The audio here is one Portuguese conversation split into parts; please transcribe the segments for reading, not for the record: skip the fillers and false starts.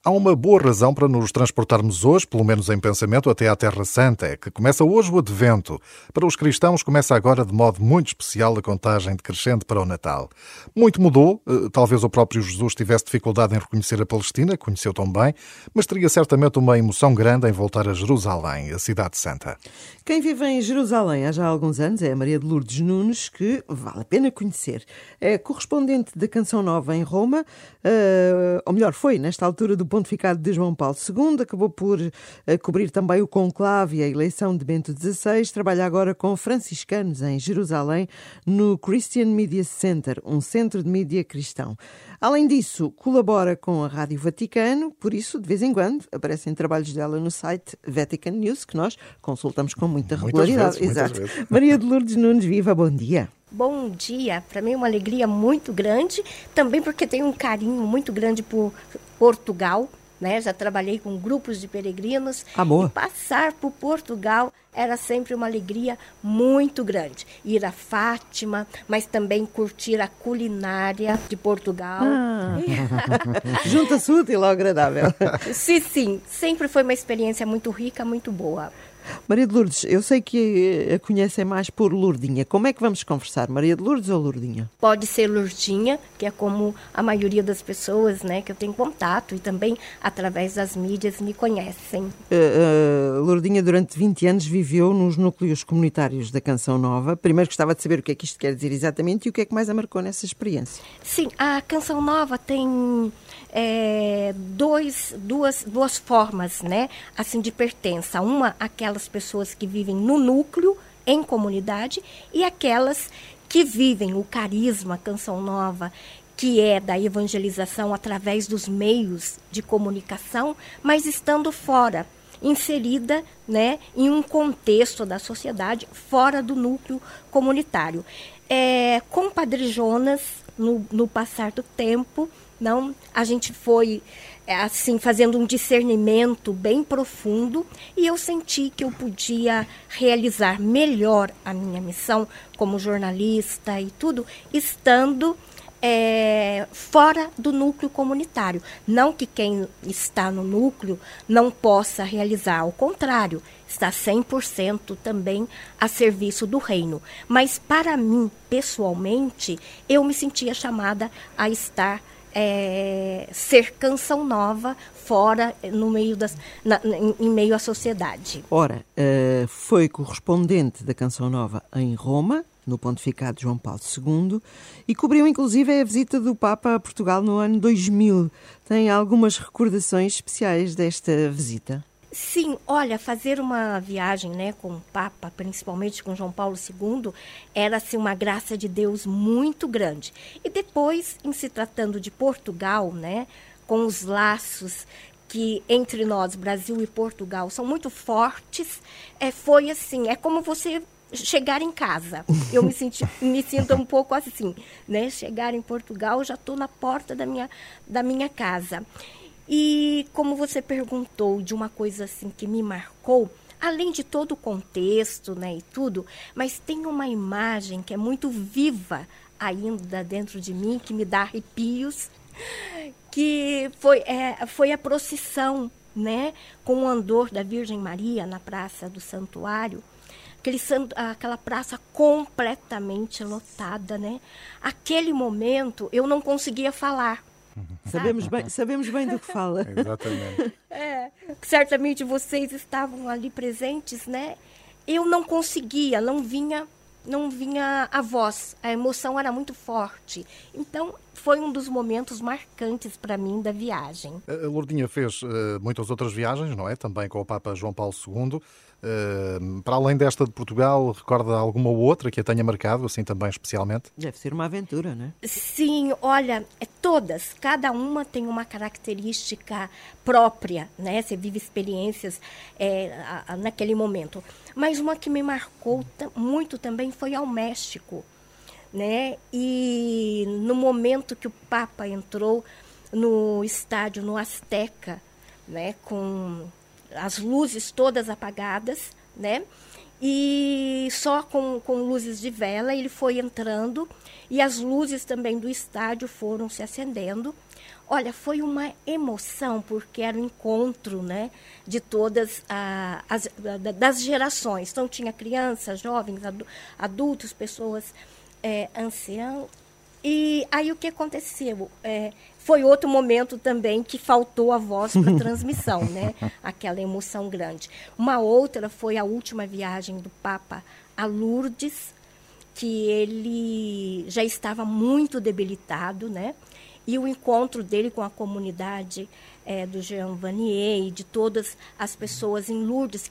Há uma boa razão para nos transportarmos hoje, pelo menos em pensamento, até à Terra Santa, é que começa hoje o Advento. Para os cristãos começa agora de modo muito especial a contagem decrescente para o Natal. Muito mudou, talvez o próprio Jesus tivesse dificuldade em reconhecer a Palestina, conheceu tão bem, mas teria certamente uma emoção grande em voltar a Jerusalém, a cidade santa. Quem vive em Jerusalém há já alguns anos é a Maria de Lourdes Nunes, que vale a pena conhecer. É correspondente da Canção Nova em Roma, ou melhor, foi nesta altura do pontificado de João Paulo II, acabou por cobrir também o conclave e a eleição de Bento XVI, trabalha agora com franciscanos em Jerusalém, no Christian Media Center, um centro de mídia cristão. Além disso, colabora com a Rádio Vaticano, por isso, de vez em quando, aparecem trabalhos dela no site Vatican News, que nós consultamos com muita regularidade. Muitas vezes. Maria de Lourdes Nunes, viva, bom dia. Bom dia, para mim é uma alegria muito grande, também porque tenho um carinho muito grande por Portugal, né? Já trabalhei com grupos de peregrinos e passar por Portugal era sempre uma alegria muito grande. Ir a Fátima, mas também curtir a culinária de Portugal. Junta-se útil ao agradável. Sim, sempre foi uma experiência muito rica, muito boa. Maria de Lourdes, eu sei que a conhecem mais por Lourdinha. Como é que vamos conversar? Maria de Lourdes ou Lourdinha? Pode ser Lourdinha, que é como a maioria das pessoas, né, que eu tenho contato e também através das mídias me conhecem. Lourdinha durante 20 anos viveu nos núcleos comunitários da Canção Nova. Primeiro gostava de saber o que é que isto quer dizer exatamente e o que é que mais a marcou nessa experiência. Sim, a Canção Nova tem duas formas, né, assim, de pertença. Uma, aquelas pessoas que vivem no núcleo, em comunidade, e aquelas que vivem o carisma Canção Nova, que é da evangelização através dos meios de comunicação, mas estando fora, inserida, né, em um contexto da sociedade, fora do núcleo comunitário. Com Padre Jonas, no passar do tempo, a gente foi assim, fazendo um discernimento bem profundo, e eu senti que eu podia realizar melhor a minha missão como jornalista e tudo, estando fora do núcleo comunitário. Não que quem está no núcleo não possa realizar, ao contrário, está 100% também a serviço do reino. Mas para mim, pessoalmente, eu me sentia chamada a estar ser Canção Nova fora, no meio em meio à sociedade. Ora, foi correspondente da Canção Nova em Roma, no pontificado de João Paulo II, e cobriu inclusive a visita do Papa a Portugal no ano 2000. Tem algumas recordações especiais desta visita? Sim, olha, fazer uma viagem, né, com o Papa, principalmente com João Paulo II, era assim, uma graça de Deus muito grande. E depois, em se tratando de Portugal, né, com os laços que entre nós, Brasil e Portugal, são muito fortes, foi assim, é como você chegar em casa. Eu me sinto um pouco assim, né, chegar em Portugal, já estou na porta da minha casa. E como você perguntou de uma coisa assim que me marcou, além de todo o contexto, né, e tudo, mas tem uma imagem que é muito viva ainda dentro de mim, que me dá arrepios, que foi a procissão, né, com o andor da Virgem Maria na Praça do Santuário, aquela praça completamente lotada, né? Aquele momento eu não conseguia falar. Sabemos bem do que fala. Exatamente. Certamente vocês estavam ali presentes, né? Eu não conseguia, não vinha a voz, a emoção era muito forte. Então, foi um dos momentos marcantes para mim da viagem. A Lourdinha fez muitas outras viagens, não é? Também com o Papa João Paulo II. Para além desta de Portugal, recorda alguma outra que a tenha marcado, assim também especialmente? Deve ser uma aventura, não é? Sim, olha, todas, cada uma tem uma característica própria, né? Você vive experiências naquele momento. Mas uma que me marcou muito também foi ao México, né? E no momento que o Papa entrou no estádio, no Azteca, né? Com as luzes todas apagadas, né? E só com luzes de vela ele foi entrando e as luzes também do estádio foram se acendendo. Olha, foi uma emoção, porque era o encontro, né, de todas das gerações. Então, tinha crianças, jovens, adultos, pessoas anciãs. E aí o que aconteceu? Foi outro momento também que faltou a voz para a transmissão, né? Aquela emoção grande. Uma outra foi a última viagem do Papa a Lourdes, que ele já estava muito debilitado, né? E o encontro dele com a comunidade do Jean Vanier e de todas as pessoas em Lourdes,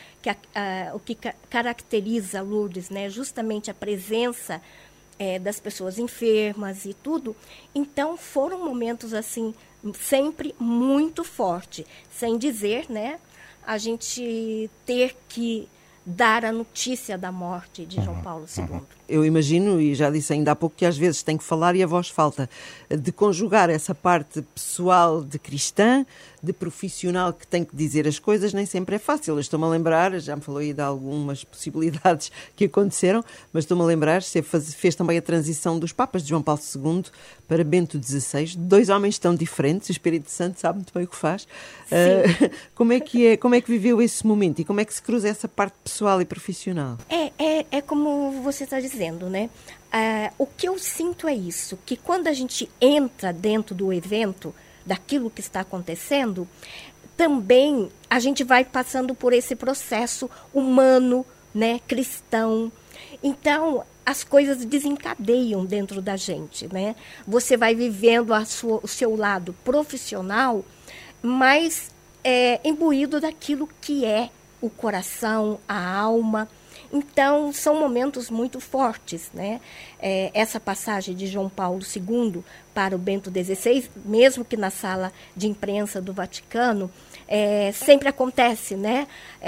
o que caracteriza Lourdes, né? Justamente a presença das pessoas enfermas e tudo. Então, foram momentos, assim, sempre muito fortes. Sem dizer, né, a gente ter que dar a notícia da morte de João Paulo II. Eu imagino, e já disse ainda há pouco, que às vezes tem que falar e a voz falta, de conjugar essa parte pessoal de cristã, de profissional que tem que dizer as coisas, nem sempre é fácil. Eu estou-me a lembrar, já me falou aí de algumas possibilidades que aconteceram, mas estou-me a lembrar, você fez também a transição dos Papas, de João Paulo II para Bento XVI, dois homens tão diferentes, o Espírito Santo sabe muito bem o que faz. Como é que viveu esse momento e como é que se cruza essa parte pessoal e profissional? É como você está dizendo, né? O que eu sinto é isso, que quando a gente entra dentro do evento, daquilo que está acontecendo, também a gente vai passando por esse processo humano, né, cristão. Então, as coisas desencadeiam dentro da gente, né? Você vai vivendo o seu lado profissional, mas imbuído daquilo que é o coração, a alma. Então, são momentos muito fortes, né? Essa passagem de João Paulo II para o Bento XVI, mesmo que na sala de imprensa do Vaticano, sempre acontece, né?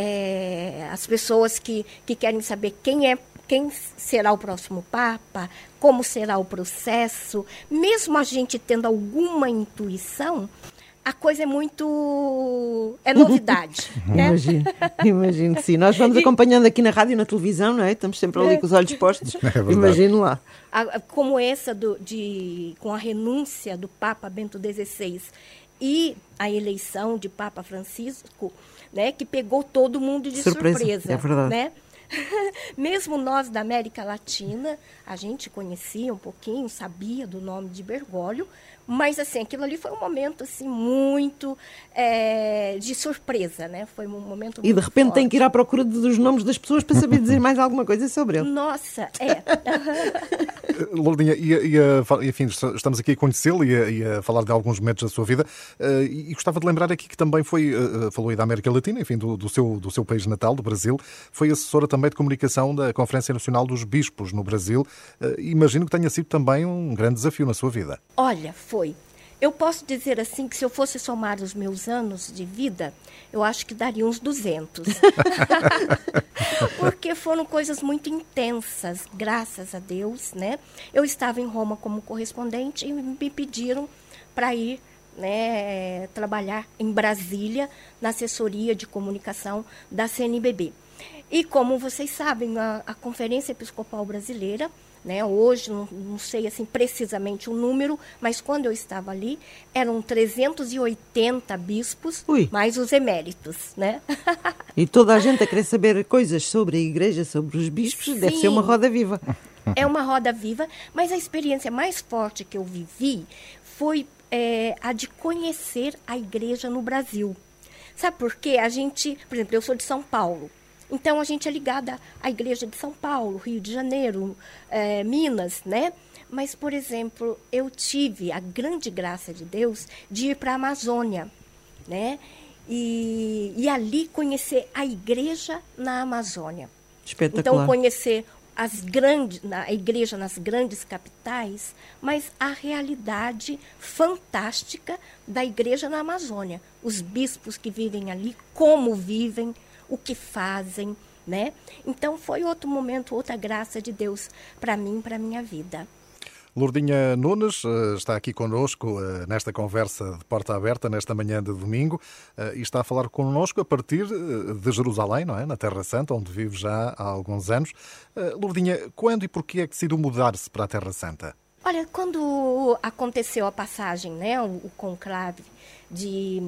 As pessoas que querem saber quem será o próximo Papa, como será o processo, mesmo a gente tendo alguma intuição, a coisa é muito... é novidade. Né? Imagino que sim. Nós vamos acompanhando aqui na rádio e na televisão, não é? Estamos sempre ali com os olhos postos. Imagino lá. Como essa com a renúncia do Papa Bento XVI e a eleição de Papa Francisco, né, que pegou todo mundo de surpresa. É verdade. Né? Mesmo nós da América Latina, a gente conhecia um pouquinho, sabia do nome de Bergoglio, mas assim, aquilo ali foi um momento assim, muito de surpresa, né? Foi um momento muito E de repente forte. tem que ir à procura dos nomes das pessoas para saber dizer mais alguma coisa sobre ele. Nossa, Lourdinha, enfim, estamos aqui a conhecê-lo e a falar de alguns momentos da sua vida, e gostava de lembrar aqui que também falou aí da América Latina, enfim, do seu país natal, do Brasil, foi assessora também de comunicação da Conferência Nacional dos Bispos no Brasil. Imagino que tenha sido também um grande desafio na sua vida. Olha, foi. Eu posso dizer assim que se eu fosse somar os meus anos de vida, eu acho que daria uns 200. Porque foram coisas muito intensas, graças a Deus, né? Eu estava em Roma como correspondente e me pediram para ir, né, trabalhar em Brasília, na assessoria de comunicação da CNBB. E como vocês sabem, a Conferência Episcopal Brasileira, né, hoje, não sei assim, precisamente o número, mas quando eu estava ali, eram 380 bispos, mais os eméritos. Né? E toda a gente a querer saber coisas sobre a Igreja, sobre os bispos, Sim, deve ser uma roda viva. É uma roda viva, mas a experiência mais forte que eu vivi foi a de conhecer a Igreja no Brasil. Sabe por quê? A gente, por exemplo, eu sou de São Paulo. Então, a gente é ligada à Igreja de São Paulo, Rio de Janeiro, Minas, né? Mas, por exemplo, eu tive a grande graça de Deus de ir para a Amazônia, né? E ali conhecer a Igreja na Amazônia. Espetacular. Então, conhecer a igreja nas grandes capitais, mas a realidade fantástica da Igreja na Amazônia. Os bispos que vivem ali, como vivem, o que fazem, né? Então, foi outro momento, outra graça de Deus para mim, para a minha vida. Lourdinha Nunes está aqui connosco nesta conversa de porta aberta, nesta manhã de domingo, e está a falar connosco a partir de Jerusalém, não é? Na Terra Santa, onde vive já há alguns anos. Lourdinha, quando e porquê é que decidiu mudar-se para a Terra Santa? Olha, quando aconteceu a passagem, né, o conclave de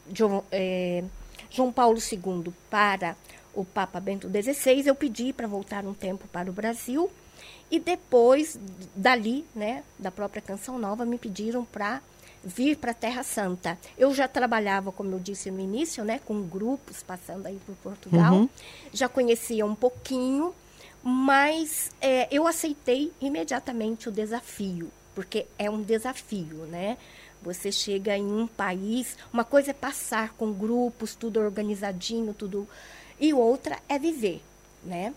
João Paulo II para o Papa Bento XVI, eu pedi para voltar um tempo para o Brasil e depois, dali, né, da própria Canção Nova, me pediram para vir para a Terra Santa. Eu já trabalhava, como eu disse no início, né, com grupos passando aí por Portugal, já conhecia um pouquinho, mas eu aceitei imediatamente o desafio, porque é um desafio, né? Você chega em um país, uma coisa é passar com grupos, tudo organizadinho, tudo, e outra é viver, né?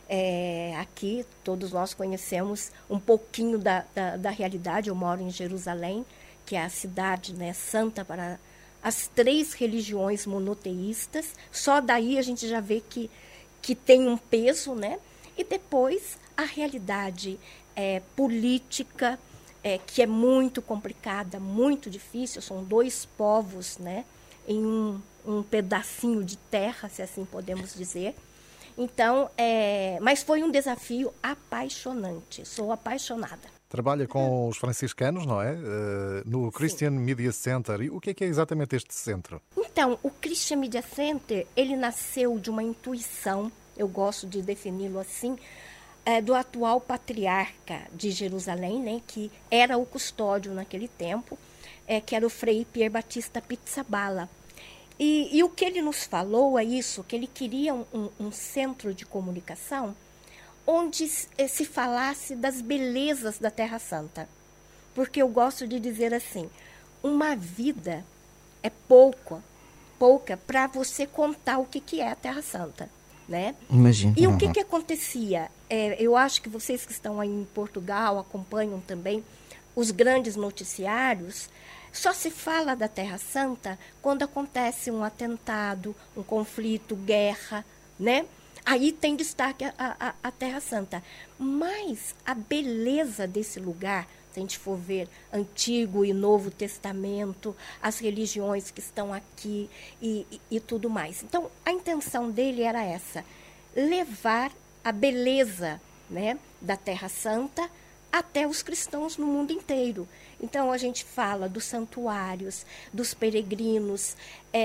Aqui todos nós conhecemos um pouquinho da realidade. Eu moro em Jerusalém, que é a cidade, né, santa para as 3 religiões monoteístas. Só daí a gente já vê que tem um peso, né? E depois a realidade política, que é muito complicada, muito difícil. São 2 povos, né, em um pedacinho de terra, se assim podemos dizer. Então, mas foi um desafio apaixonante. Sou apaixonada. Trabalha com os franciscanos, não é? No Christian Media Center. E o que é exatamente este centro? Então, o Christian Media Center, ele nasceu de uma intuição, eu gosto de defini-lo assim, do atual patriarca de Jerusalém, né, que era o custódio naquele tempo, que era o Frei Pier Batista Pizzaballa. E o que ele nos falou é isso, que ele queria um centro de comunicação onde se falasse das belezas da Terra Santa. Porque eu gosto de dizer assim, uma vida é pouca para você contar o que é a Terra Santa, né? Imagina. E o que acontecia? Eu acho que vocês que estão aí em Portugal acompanham também os grandes noticiários. Só se fala da Terra Santa quando acontece um atentado, um conflito, guerra, né? Aí tem destaque a Terra Santa. Mas a beleza desse lugar, se a gente for ver Antigo e Novo Testamento, as religiões que estão aqui e tudo mais. Então, a intenção dele era essa, levar a beleza, né, da Terra Santa até os cristãos no mundo inteiro. Então, a gente fala dos santuários, dos peregrinos,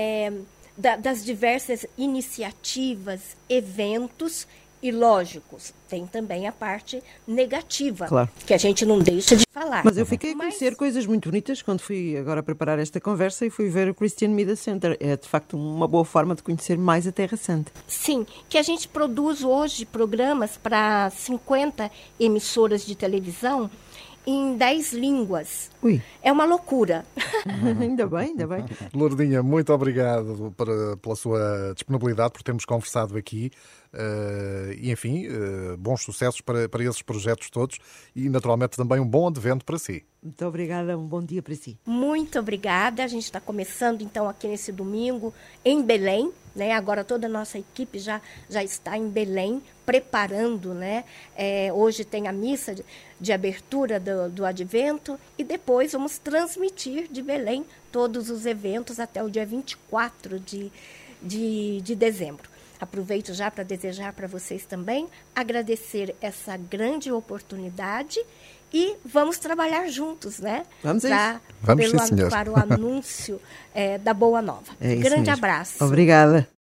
das diversas iniciativas, eventos e, lógicos, tem também a parte negativa, claro, que a gente não deixa de falar. Mas eu fiquei a conhecer coisas muito bonitas quando fui agora preparar esta conversa e fui ver o Christian Media Center. É, de facto, uma boa forma de conhecer mais a Terra Santa. Sim, que a gente produz hoje programas para 50 emissoras de televisão em 10 línguas. Ui. É uma loucura. Ainda bem. Lourdinha, muito obrigado pela sua disponibilidade, por termos conversado aqui. E, enfim, bons sucessos para esses projetos todos e, naturalmente, também um bom advento para si. Muito obrigada, um bom dia para si. Muito obrigada. A gente está começando, então, aqui nesse domingo, em Belém, né? Agora toda a nossa equipe já está em Belém, preparando, né? Hoje tem a missa de abertura do Advento e depois vamos transmitir de Belém todos os eventos até o dia 24 de dezembro. Aproveito já para desejar para vocês também, agradecer essa grande oportunidade e vamos trabalhar juntos, né? Vamos para o anúncio da Boa Nova. É isso grande mesmo. abraço. Obrigada.